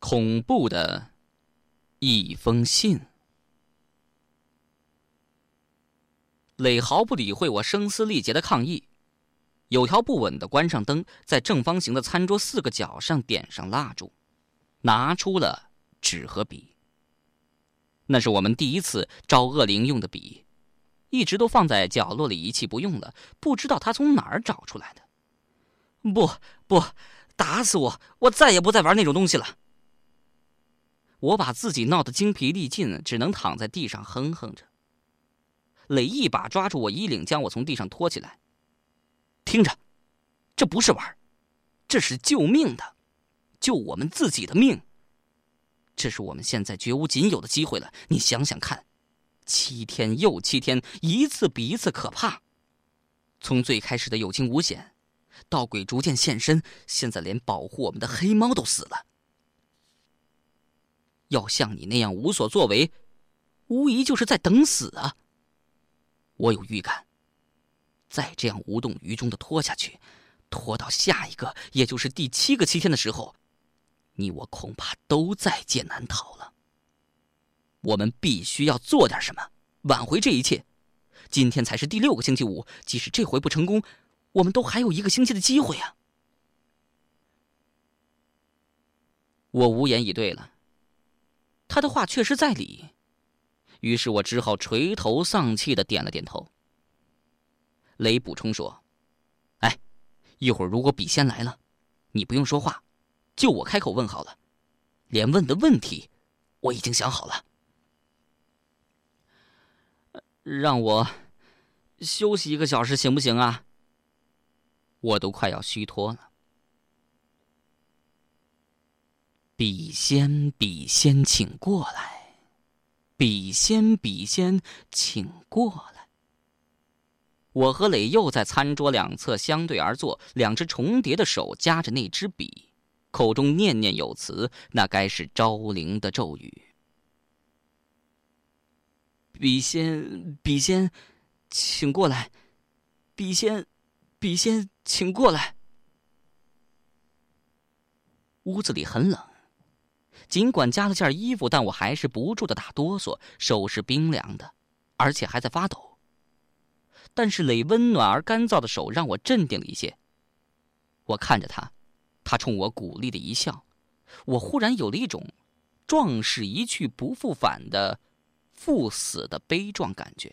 恐怖的一封信。磊毫不理会我声嘶力竭的抗议，有条不紊地关上灯，在正方形的餐桌4个角上点上蜡烛，拿出了纸和笔。那是我们第一次招恶灵用的笔，一直都放在角落里遗弃不用了，不知道他从哪儿找出来的。不，打死我！我再也不再玩那种东西了。我把自己闹得精疲力尽，只能躺在地上哼哼着。磊一把抓住我衣领，将我从地上拖起来。听着，这不是玩，这是救命的，救我们自己的命。这是我们现在绝无仅有的机会了，你想想看，7天又7天，一次比一次可怕。从最开始的有惊无险，到鬼逐渐现身，现在连保护我们的黑猫都死了。要像你那样无所作为，无疑就是在等死啊！我有预感，再这样无动于衷的拖下去，拖到下一个，也就是第7个7天的时候，你我恐怕都在劫难逃了。我们必须要做点什么，挽回这一切。今天才是第6个星期五，即使这回不成功，我们都还有1个星期的机会啊！我无言以对了，他的话确实在理，于是我只好垂头丧气地点了点头。雷补充说：“哎，一会儿如果笔仙来了，你不用说话，就我开口问好了，连问的问题我已经想好了。”让我休息1个小时行不行啊？我都快要虚脱了。笔仙，笔仙，请过来！笔仙，笔仙，请过来！我和磊又在餐桌两侧相对而坐，2只重叠的手夹着那支笔，口中念念有词，那该是招灵的咒语。笔仙，笔仙，请过来！笔仙，笔仙，请过来！屋子里很冷，尽管加了件衣服，但我还是不住的打哆嗦，手是冰凉的，而且还在发抖。但是磊温暖而干燥的手让我镇定了一些。我看着他，他冲我鼓励的一笑，我忽然有了一种壮士一去不复返的赴死的悲壮感觉。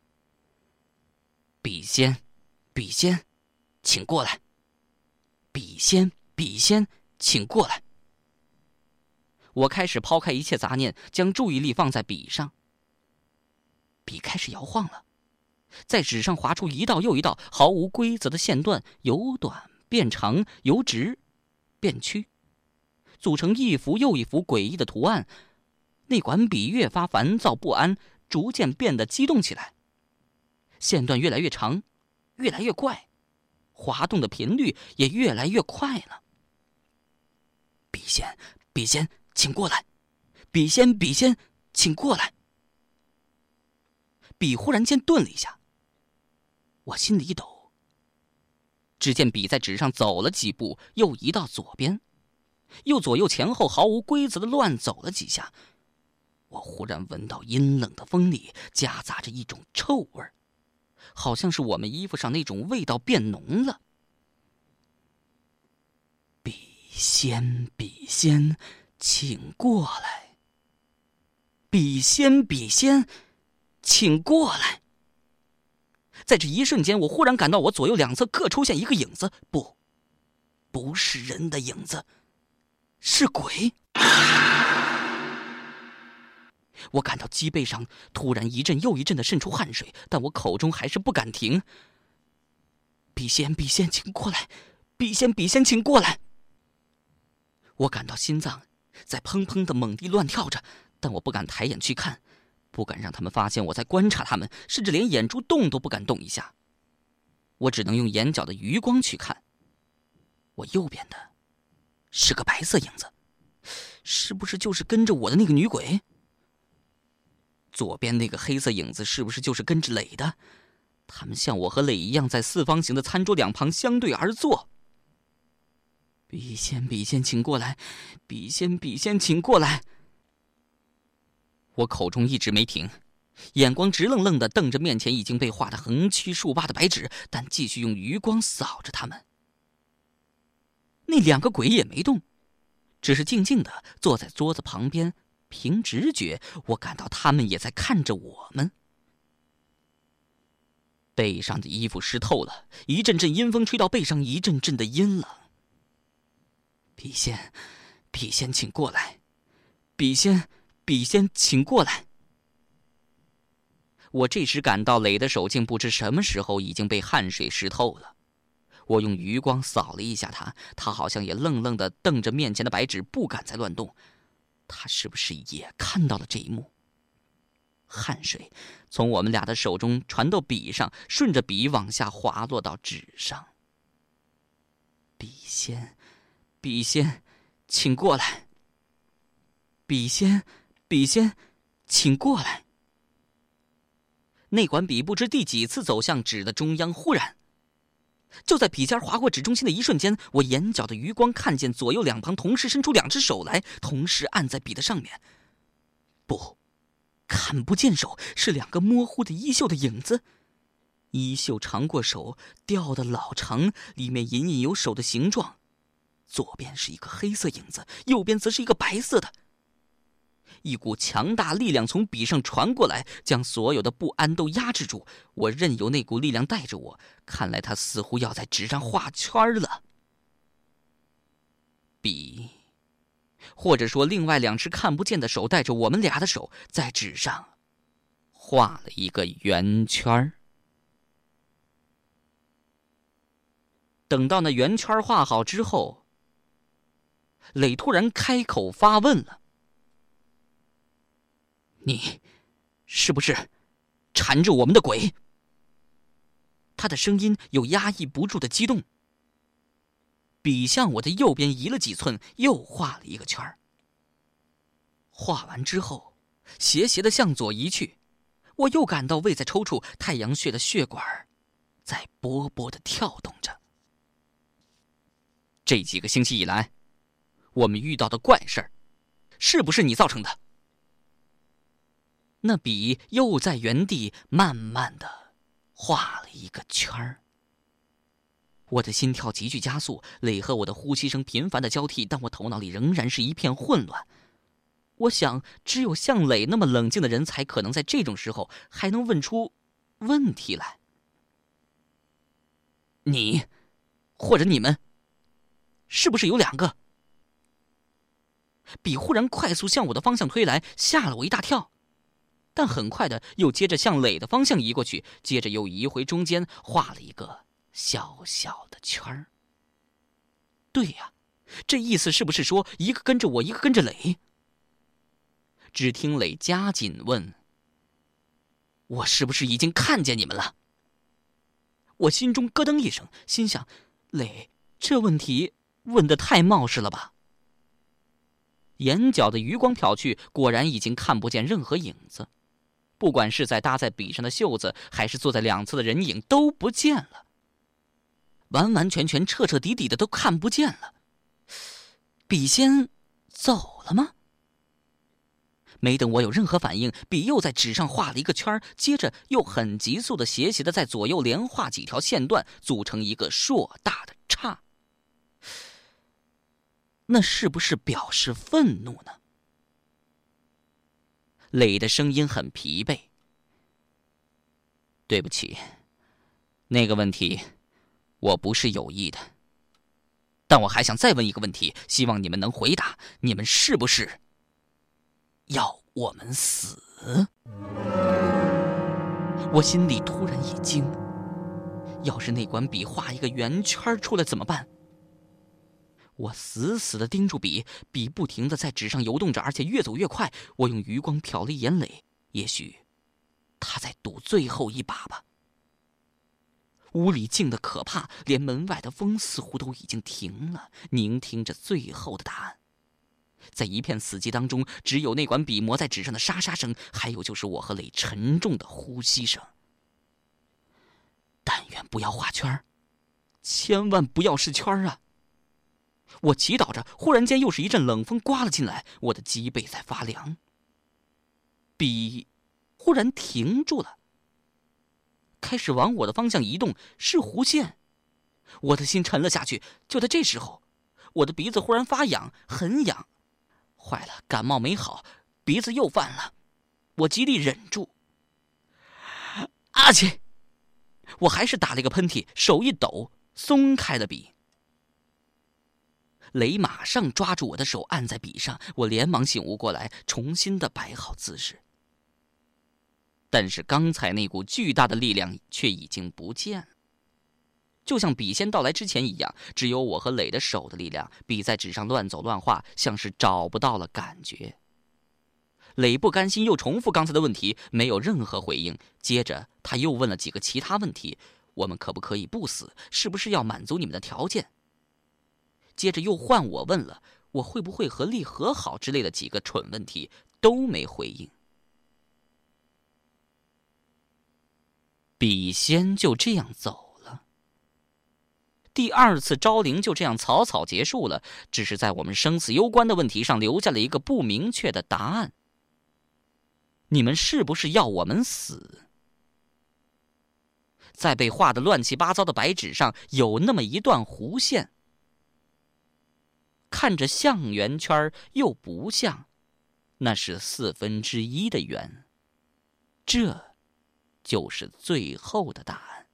笔仙，笔仙，请过来！笔仙，笔仙，请过来！我开始抛开一切杂念，将注意力放在笔上。笔开始摇晃了，在纸上划出一道又一道毫无规则的线段，由短变长，由直变曲，组成一幅又一幅诡异的图案。那管笔越发烦躁不安，逐渐变得激动起来，线段越来越长，越来越怪，滑动的频率也越来越快了。笔仙，笔仙，请过来！笔仙，笔仙，请过来！笔忽然间顿了一下，我心里一抖。只见笔在纸上走了几步，又移到左边，又左右前后毫无规则的乱走了几下。我忽然闻到阴冷的风里夹杂着一种臭味，好像是我们衣服上那种味道变浓了。笔仙，笔仙，请过来！笔仙，笔仙，请过来！在这一瞬间，我忽然感到我左右两侧各出现一个影子，不是人的影子，是鬼。我感到脊背上突然一阵又一阵的渗出汗水，但我口中还是不敢停。笔仙，笔仙，请过来！笔仙，笔仙，请过来！我感到心脏在砰砰的猛地乱跳着，但我不敢抬眼去看，不敢让他们发现我在观察他们，甚至连眼珠动都不敢动一下。我只能用眼角的余光去看。我右边的是个白色影子，是不是就是跟着我的那个女鬼？左边那个黑色影子是不是就是跟着磊的？他们像我和磊一样，在4方形的餐桌两旁相对而坐。 笔仙，请过来！笔仙，请过来！我口中一直没停，眼光直愣愣地瞪着面前已经被画得横七竖八的白纸，但继续用余光扫着他们。那2个鬼也没动，只是静静地坐在桌子旁边。凭直觉，我感到他们也在看着我们。背上的衣服湿透了，一阵阵阴风吹到背上，一阵阵的阴冷。笔仙，请过来！笔仙，请过来！我这时感到磊的手竟不知什么时候已经被汗水湿透了。我用余光扫了一下他，他好像也愣愣地瞪着面前的白纸，不敢再乱动。他是不是也看到了这一幕？汗水从我们俩的手中传到笔上，顺着笔往下滑落到纸上。笔仙，请过来！笔仙，请过来！那管笔不知第几次走向纸的中央，忽然，就在笔尖划过纸中心的一瞬间，我眼角的余光看见左右两旁同时伸出2只手来，同时按在笔的上面。不，看不见手，是2个模糊的衣袖的影子。衣袖长过手，吊得老长，里面隐隐有手的形状。左边是一个黑色影子，右边则是一个白色的。一股强大力量从笔上传过来，将所有的不安都压制住。我任由那股力量带着我，看来他似乎要在纸上画圈了。笔，或者说另外2只看不见的手带着我们俩的手，在纸上画了一个圆圈。等到那圆圈画好之后，磊突然开口发问了：“你是不是缠着我们的鬼？”他的声音有压抑不住的激动。笔向我的右边移了几寸，又画了一个圈。画完之后，斜斜的向左移去，我又感到胃在抽搐，太阳穴的血管在波波的跳动着。这几个星期以来，我们遇到的怪事儿，是不是你造成的？那笔又在原地慢慢的画了一个圈儿。我的心跳急剧加速，磊和我的呼吸声频繁的交替，但我头脑里仍然是一片混乱。我想，只有像磊那么冷静的人，才可能在这种时候还能问出问题来。你，或者你们，是不是有2个？笔忽然快速向我的方向推来，吓了我一大跳。但很快的又接着向磊的方向移过去，接着又移回中间，画了一个小小的圈儿。对呀，这意思是不是说一个跟着我，一个跟着磊？只听磊加紧问：“我是不是已经看见你们了？”我心中咯噔一声，心想：磊，这问题问得太冒失了吧？眼角的余光瞟去，果然已经看不见任何影子。不管是在搭在笔上的袖子，还是坐在2侧的人影，都不见了，完完全全彻彻底底的都看不见了。笔仙走了吗？没等我有任何反应，笔又在纸上画了一个圈，接着又很急速的斜斜的在左右连画几条线段，组成一个硕大的叉。那是不是表示愤怒呢？磊的声音很疲惫。对不起，那个问题我不是有意的。但我还想再问一个问题，希望你们能回答，你们是不是要我们死？我心里突然一惊，要是那管笔画一个圆圈出来怎么办？我死死地盯住笔，笔不停地在纸上游动着，而且越走越快。我用余光瞟了一眼磊，也许他在赌最后一把吧。屋里静得可怕，连门外的风似乎都已经停了，聆听着最后的答案。在一片死寂当中，只有那管笔磨在纸上的沙沙声，还有就是我和磊沉重的呼吸声。但愿不要画圈，千万不要是圈啊！ 我祈祷着，忽然间又是一阵冷风刮了进来，我的脊背在发凉。笔忽然停住了，开始往我的方向移动，是弧线。我的心沉了下去。就在这时候，我的鼻子忽然发痒，很痒。坏了，感冒没好，鼻子又犯了。我极力忍住。阿切！我还是打了一个喷嚏，手一抖，松开了笔。雷马上抓住我的手，按在笔上，我连忙醒悟过来，重新的摆好姿势。但是刚才那股巨大的力量却已经不见了，就像笔仙到来之前一样，只有我和磊的手的力量，笔在纸上乱走乱画，像是找不到了感觉。磊不甘心，又重复刚才的问题，没有任何回应。接着他又问了几个其他问题，我们可不可以不死？是不是要满足你们的条件？接着又换我问了，我会不会和丽和好之类的几个蠢问题，都没回应。笔仙就这样走了。第二次招灵就这样草草结束了，只是在我们生死攸关的问题上留下了一个不明确的答案。你们是不是要我们死？在被画得乱七八糟的白纸上有那么一段弧线，看着像圆圈又不像，那是1/4的圆，这就是最后的答案。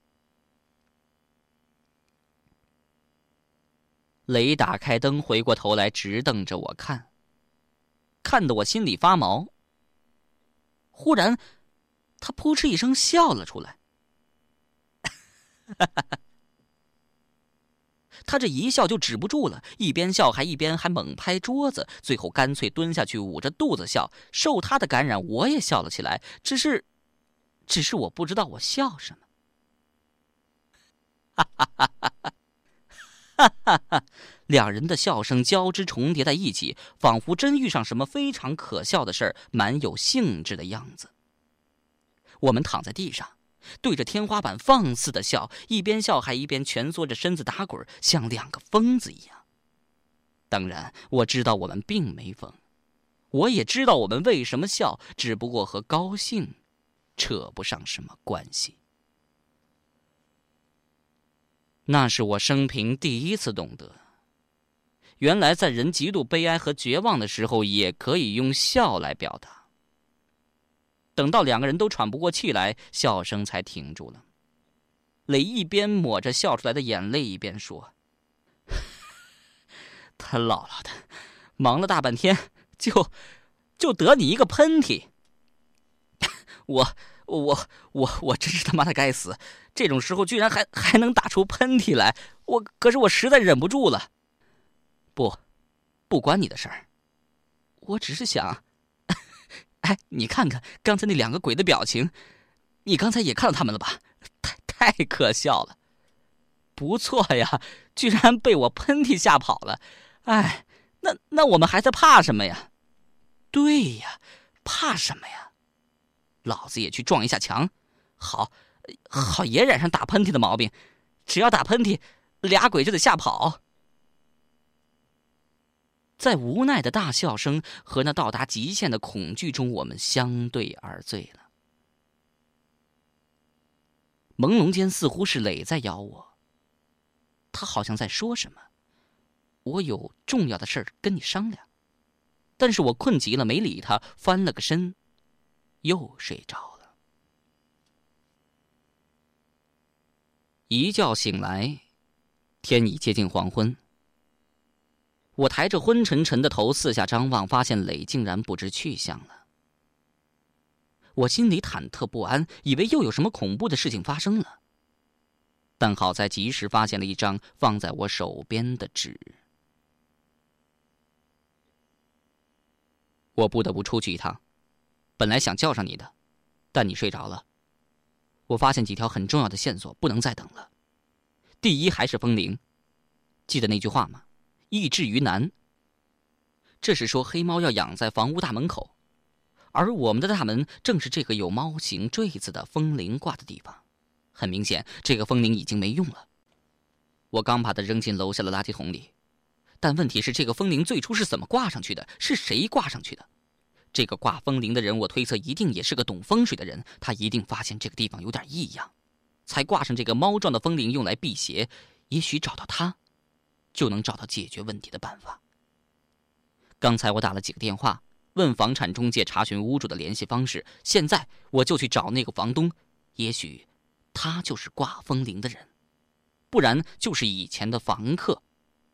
雷打开灯，回过头来直瞪着我看，看得我心里发毛。忽然他扑哧一声笑了出来。他这一笑就止不住了，一边笑一边还猛拍桌子，最后干脆蹲下去捂着肚子笑。受他的感染，我也笑了起来，只是我不知道我笑什么。哈哈哈哈哈哈哈！两人的笑声交织重叠在一起，仿佛真遇上什么非常可笑的事儿，蛮有兴致的样子。我们躺在地上，对着天花板放肆的笑，一边笑还一边蜷缩着身子打滚，像两个疯子一样。当然，我知道我们并没疯，我也知道我们为什么笑，只不过和高兴扯不上什么关系。那是我生平第一次懂得，原来在人极度悲哀和绝望的时候，也可以用笑来表达。等到两个人都喘不过气来，笑声才停住了。磊一边抹着笑出来的眼泪，一边说：“他姥姥的，忙了大半天，就得你一个喷嚏。我真是他妈的该死！这种时候居然还能打出喷嚏来，可是我实在忍不住了。不关你的事儿，我只是想，哎，你看看刚才那两个鬼的表情，你刚才也看到他们了吧？太可笑了！不错呀，居然被我喷嚏吓跑了。哎，那我们还在怕什么呀？对呀，怕什么呀？老子也去撞一下墙，好也染上打喷嚏的毛病。只要打喷嚏，俩鬼就得吓跑。在无奈的大笑声和那到达极限的恐惧中，我们相对而醉了。朦胧间似乎是磊在咬我，他好像在说什么，我有重要的事儿跟你商量。但是我困极了，没理他，翻了个身，又睡着了。一觉醒来，天已接近黄昏。我抬着昏沉沉的头四下张望，发现磊竟然不知去向了。我心里忐忑不安，以为又有什么恐怖的事情发生了。但好在及时发现了一张放在我手边的纸。我不得不出去一趟，本来想叫上你的，但你睡着了。我发现几条很重要的线索，不能再等了。第一还是风铃，记得那句话吗？易至于难。这是说黑猫要养在房屋大门口，而我们的大门正是这个有猫形坠子的风铃挂的地方。很明显，这个风铃已经没用了。我刚把它扔进楼下的垃圾桶里， 但问题是，这个风铃最初是怎么挂上去的？是谁挂上去的？这个挂风铃的人，我推测一定也是个懂风水的人，他一定发现这个地方有点异样，才挂上这个猫状的风铃用来辟邪。也许找到他，就能找到解决问题的办法。刚才我打了几个电话，问房产中介查询屋主的联系方式，现在我就去找那个房东，也许他就是挂风铃的人，不然就是以前的房客。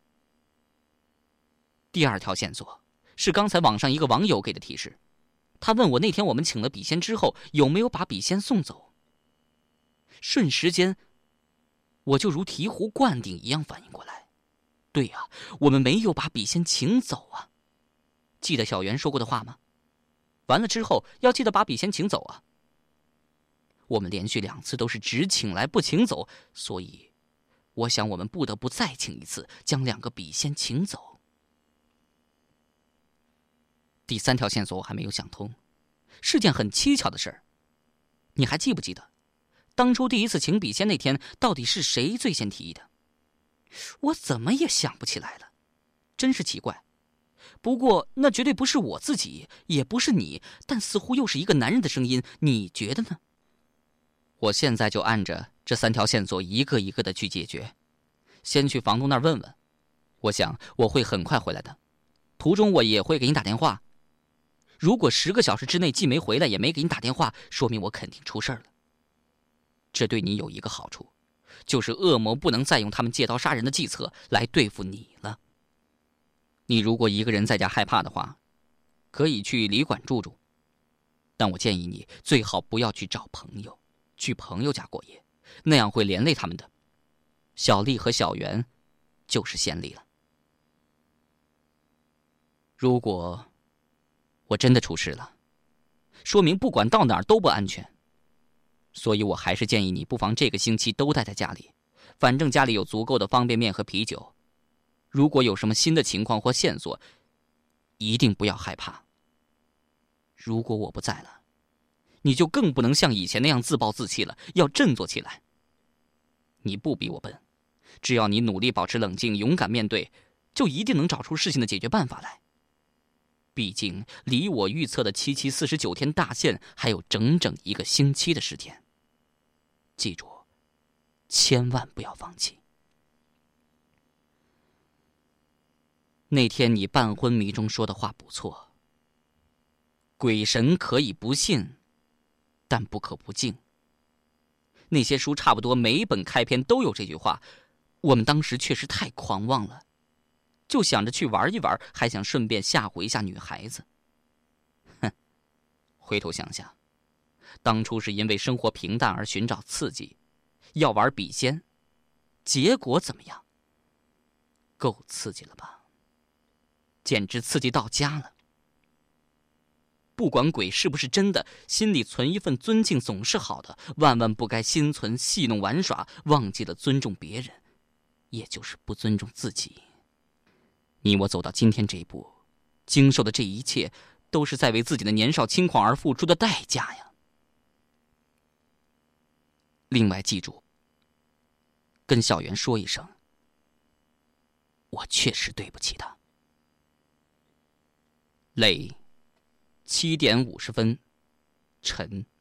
第二条线索是刚才网上一个网友给的提示，他问我那天我们请了笔仙之后有没有把笔仙送走。瞬时间我就如醍醐灌顶一样反应过来，对呀，我们没有把笔仙请走啊。记得小袁说过的话吗？完了之后要记得把笔仙请走啊。我们连续2次都是只请来不请走，所以我想我们不得不再请一次，将2个笔仙请走。第3条线索我还没有想通，是件很蹊跷的事儿。你还记不记得当初第1次请笔仙那天，到底是谁最先提议的？我怎么也想不起来了，真是奇怪。不过那绝对不是我自己，也不是你，但似乎又是一个男人的声音，你觉得呢？我现在就按着这3条线索一个一个的去解决。先去房东那儿问问，我想我会很快回来的，途中我也会给你打电话。如果10个小时之内既没回来也没给你打电话，说明我肯定出事了。这对你有一个好处，就是恶魔不能再用他们借刀杀人的计策来对付你了。你如果一个人在家害怕的话，可以去旅馆住住，但我建议你最好不要去找朋友，去朋友家过夜，那样会连累他们的。小丽和小袁就是先例了。如果我真的出事了，说明不管到哪儿都不安全，所以我还是建议你不妨这个星期都待在家里，反正家里有足够的方便面和啤酒。如果有什么新的情况或线索，一定不要害怕。如果我不在了，你就更不能像以前那样自暴自弃了，要振作起来。你不比我笨，只要你努力保持冷静，勇敢面对，就一定能找出事情的解决办法来。毕竟离我预测的7期49天大限还有整整1个星期的时间。记住，千万不要放弃。那天你半昏迷中说的话不错，鬼神可以不信，但不可不敬。那些书差不多每本开篇都有这句话，我们当时确实太狂妄了，就想着去玩一玩，还想顺便吓唬一下女孩子。哼，回头想想，当初是因为生活平淡而寻找刺激，要玩笔仙，结果怎么样？够刺激了吧？简直刺激到家了。不管鬼是不是真的，心里存一份尊敬总是好的，万万不该心存戏弄玩耍，忘记了尊重别人，也就是不尊重自己。你我走到今天这一步，经受的这一切，都是在为自己的年少轻狂而付出的代价呀。另外记住，跟小袁说一声，我确实对不起他。累，7点50分，晨。